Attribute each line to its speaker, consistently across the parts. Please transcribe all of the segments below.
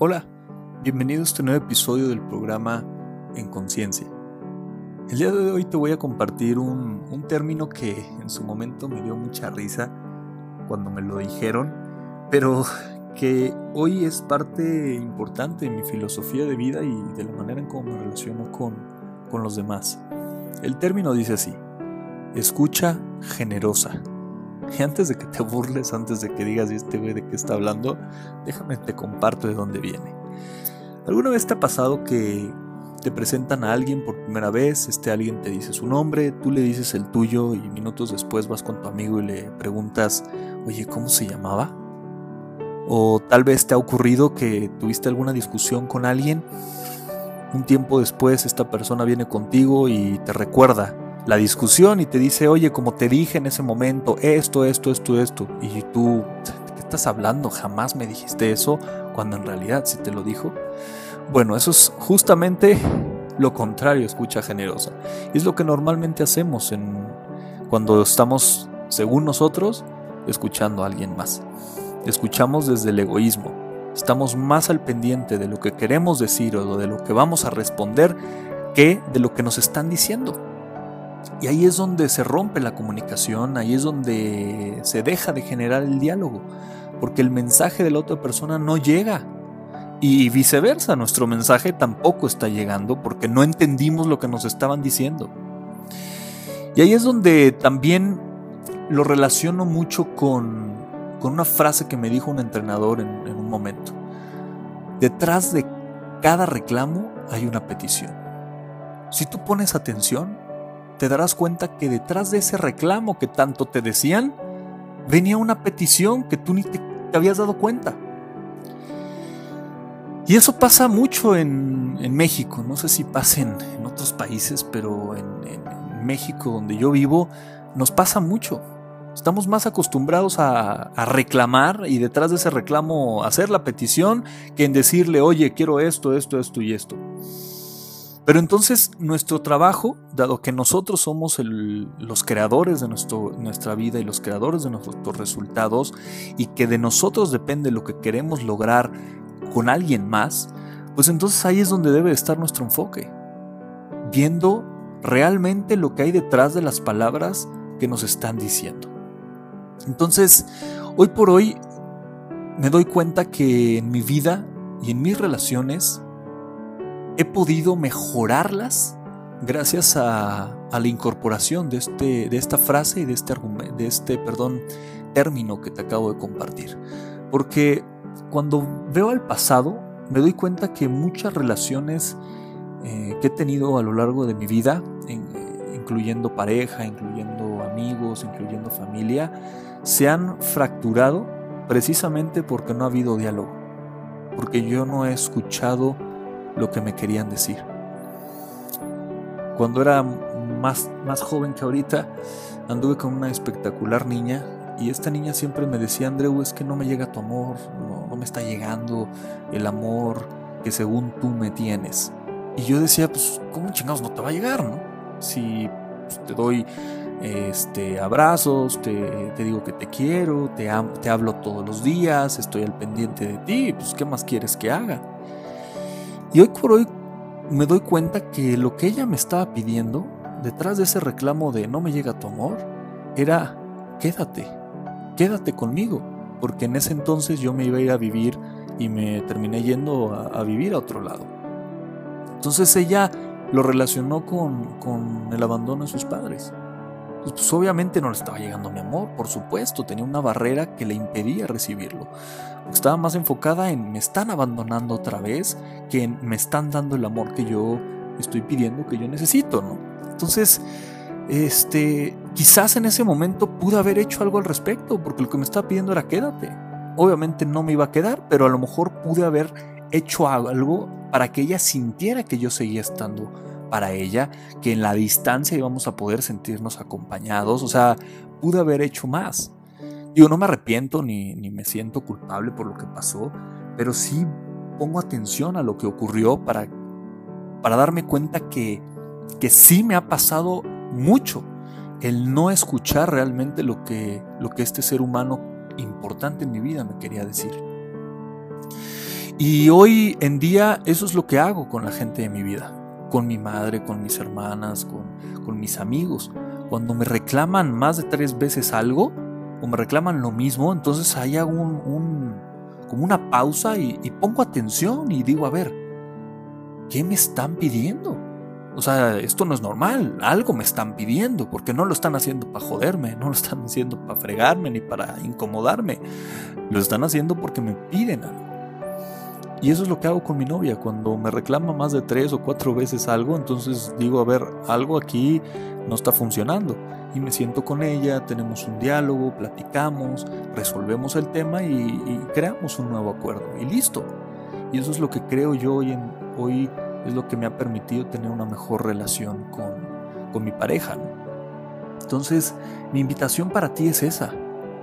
Speaker 1: Hola, bienvenido a este nuevo episodio del programa En Conciencia. El día de hoy te voy a compartir un término que en su momento me dio mucha risa cuando me lo dijeron, pero que hoy es parte importante de mi filosofía de vida y de la manera en cómo me relaciono con los demás. El término dice así: escucha generosa. Y antes de que te burles, antes de que digas este güey de qué está hablando, déjame te comparto de dónde viene. ¿Alguna vez te ha pasado que te presentan a alguien por primera vez? Alguien te dice su nombre, tú le dices el tuyo y minutos después vas con tu amigo y le preguntas, oye, ¿cómo se llamaba? O tal vez te ha ocurrido que tuviste alguna discusión con alguien, un tiempo después esta persona viene contigo y te recuerda la discusión y te dice, oye, como te dije en ese momento, esto, y tú, ¿de qué estás hablando? Jamás me dijiste eso, cuando en realidad sí te lo dijo. Bueno, eso es justamente lo contrario, escucha generosa. Y es lo que normalmente hacemos cuando estamos, según nosotros, escuchando a alguien más. Escuchamos desde el egoísmo. Estamos más al pendiente de lo que queremos decir o de lo que vamos a responder que de lo que nos están diciendo. Y ahí es donde se rompe la comunicación, ahí es donde se deja de generar el diálogo, porque el mensaje de la otra persona no llega. Y viceversa, nuestro mensaje tampoco está llegando porque no entendimos lo que nos estaban diciendo. Y ahí es donde también lo relaciono mucho con una frase que me dijo un entrenador en un momento. Detrás de cada reclamo hay una petición. Si tú pones atención, te darás cuenta que detrás de ese reclamo que tanto te decían, venía una petición que tú ni te habías dado cuenta. Y eso pasa mucho en México, no sé si pasa en otros países, pero en México, donde yo vivo, nos pasa mucho. Estamos más acostumbrados a reclamar y detrás de ese reclamo hacer la petición que en decirle, oye, quiero esto y esto. Pero entonces nuestro trabajo, dado que nosotros somos los creadores de nuestra vida y los creadores de nuestros resultados y que de nosotros depende lo que queremos lograr con alguien más, pues entonces ahí es donde debe estar nuestro enfoque, viendo realmente lo que hay detrás de las palabras que nos están diciendo. Entonces, hoy por hoy me doy cuenta que en mi vida y en mis relaciones he podido mejorarlas gracias a la incorporación de esta frase y de este término que te acabo de compartir. Porque cuando veo al pasado, me doy cuenta que muchas relaciones que he tenido a lo largo de mi vida, incluyendo pareja, incluyendo amigos, incluyendo familia, se han fracturado precisamente porque no ha habido diálogo, porque yo no he escuchado lo que me querían decir. Cuando era más joven que ahorita, anduve con una espectacular niña y esta niña siempre me decía, Andreu, es que no me llega tu amor, no me está llegando el amor que según tú me tienes. Y yo decía, pues, ¿cómo chingados no te va a llegar, no? Si pues, te doy abrazos, te digo que te quiero, te hablo todos los días, estoy al pendiente de ti, pues, ¿qué más quieres que haga? Y hoy por hoy me doy cuenta que lo que ella me estaba pidiendo, detrás de ese reclamo de no me llega tu amor, era quédate conmigo, porque en ese entonces yo me iba a ir a vivir y me terminé yendo a vivir a otro lado. Entonces ella lo relacionó con el abandono de sus padres. Pues obviamente no le estaba llegando mi amor, por supuesto, tenía una barrera que le impedía recibirlo. Estaba más enfocada en me están abandonando otra vez que en me están dando el amor que yo estoy pidiendo, que yo necesito, ¿no? Entonces, quizás en ese momento pude haber hecho algo al respecto, porque lo que me estaba pidiendo era quédate. Obviamente no me iba a quedar, pero a lo mejor pude haber hecho algo para que ella sintiera que yo seguía estando para ella, que en la distancia íbamos a poder sentirnos acompañados. O sea, pude haber hecho más. Digo, no me arrepiento ni me siento culpable por lo que pasó, pero sí pongo atención a lo que ocurrió para darme cuenta que sí me ha pasado mucho el no escuchar realmente lo que este ser humano importante en mi vida me quería decir. Y hoy en día eso es lo que hago con la gente de mi vida, con mi madre, con mis hermanas, con mis amigos. Cuando me reclaman más de 3 veces algo o me reclaman lo mismo, entonces ahí hago como una pausa y pongo atención y digo, a ver, ¿qué me están pidiendo? O sea, esto no es normal, algo me están pidiendo, porque no lo están haciendo para joderme, no lo están haciendo para fregarme ni para incomodarme, lo están haciendo porque me piden algo. Y eso es lo que hago con mi novia. Cuando me reclama más de 3 o 4 veces algo, entonces digo, a ver, algo aquí no está funcionando. Y me siento con ella, tenemos un diálogo, platicamos, resolvemos el tema y creamos un nuevo acuerdo. Y listo. Y eso es lo que creo yo hoy es lo que me ha permitido tener una mejor relación con mi pareja, ¿no? Entonces, mi invitación para ti es esa.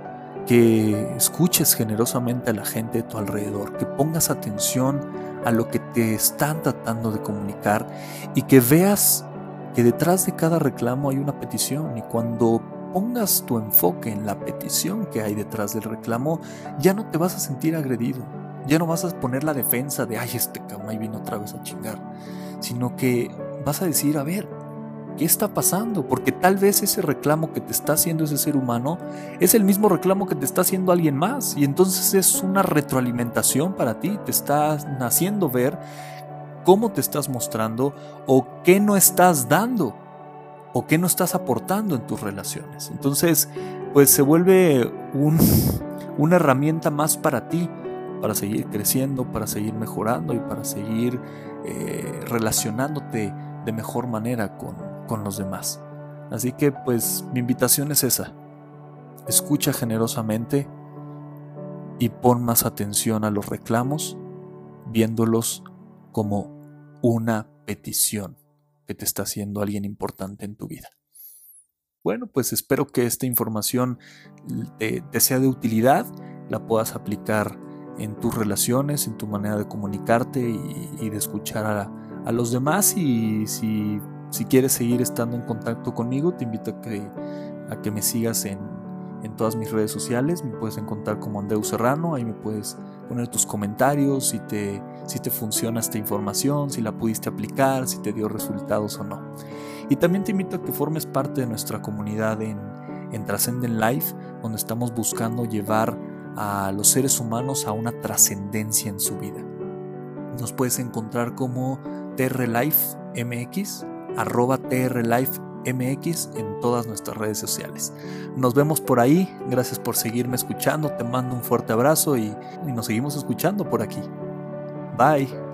Speaker 1: Que escuches generosamente a la gente de tu alrededor, que pongas atención a lo que te están tratando de comunicar y que veas que detrás de cada reclamo hay una petición, y cuando pongas tu enfoque en la petición que hay detrás del reclamo, ya no te vas a sentir agredido, ya no vas a poner la defensa de ay, este cabrón ahí vino otra vez a chingar, sino que vas a decir, a ver, ¿qué está pasando? Porque tal vez ese reclamo que te está haciendo ese ser humano es el mismo reclamo que te está haciendo alguien más, y entonces es una retroalimentación para ti, te está haciendo ver cómo te estás mostrando o qué no estás dando o qué no estás aportando en tus relaciones. Entonces, pues se vuelve una herramienta más para ti, para seguir creciendo, para seguir mejorando y para seguir relacionándote de mejor manera con los demás. Así que pues mi invitación es esa: escucha generosamente y pon más atención a los reclamos, viéndolos como una petición que te está haciendo alguien importante en tu vida. Bueno, pues espero que esta información te sea de utilidad, la puedas aplicar en tus relaciones, en tu manera de comunicarte y de escuchar a los demás. Y si quieres seguir estando en contacto conmigo, te invito a que me sigas en todas mis redes sociales. Me puedes encontrar como Andreu Serrano. Ahí me puedes poner tus comentarios si te funciona esta información, si la pudiste aplicar, si te dio resultados o no. Y también te invito a que formes parte de nuestra comunidad en Trascendent Life, donde estamos buscando llevar a los seres humanos a una trascendencia en su vida. Nos puedes encontrar como TRLifeMX, @TRLifeMX en todas nuestras redes sociales. Nos vemos por ahí. Gracias por seguirme escuchando. Te mando un fuerte abrazo y nos seguimos escuchando por aquí. Bye.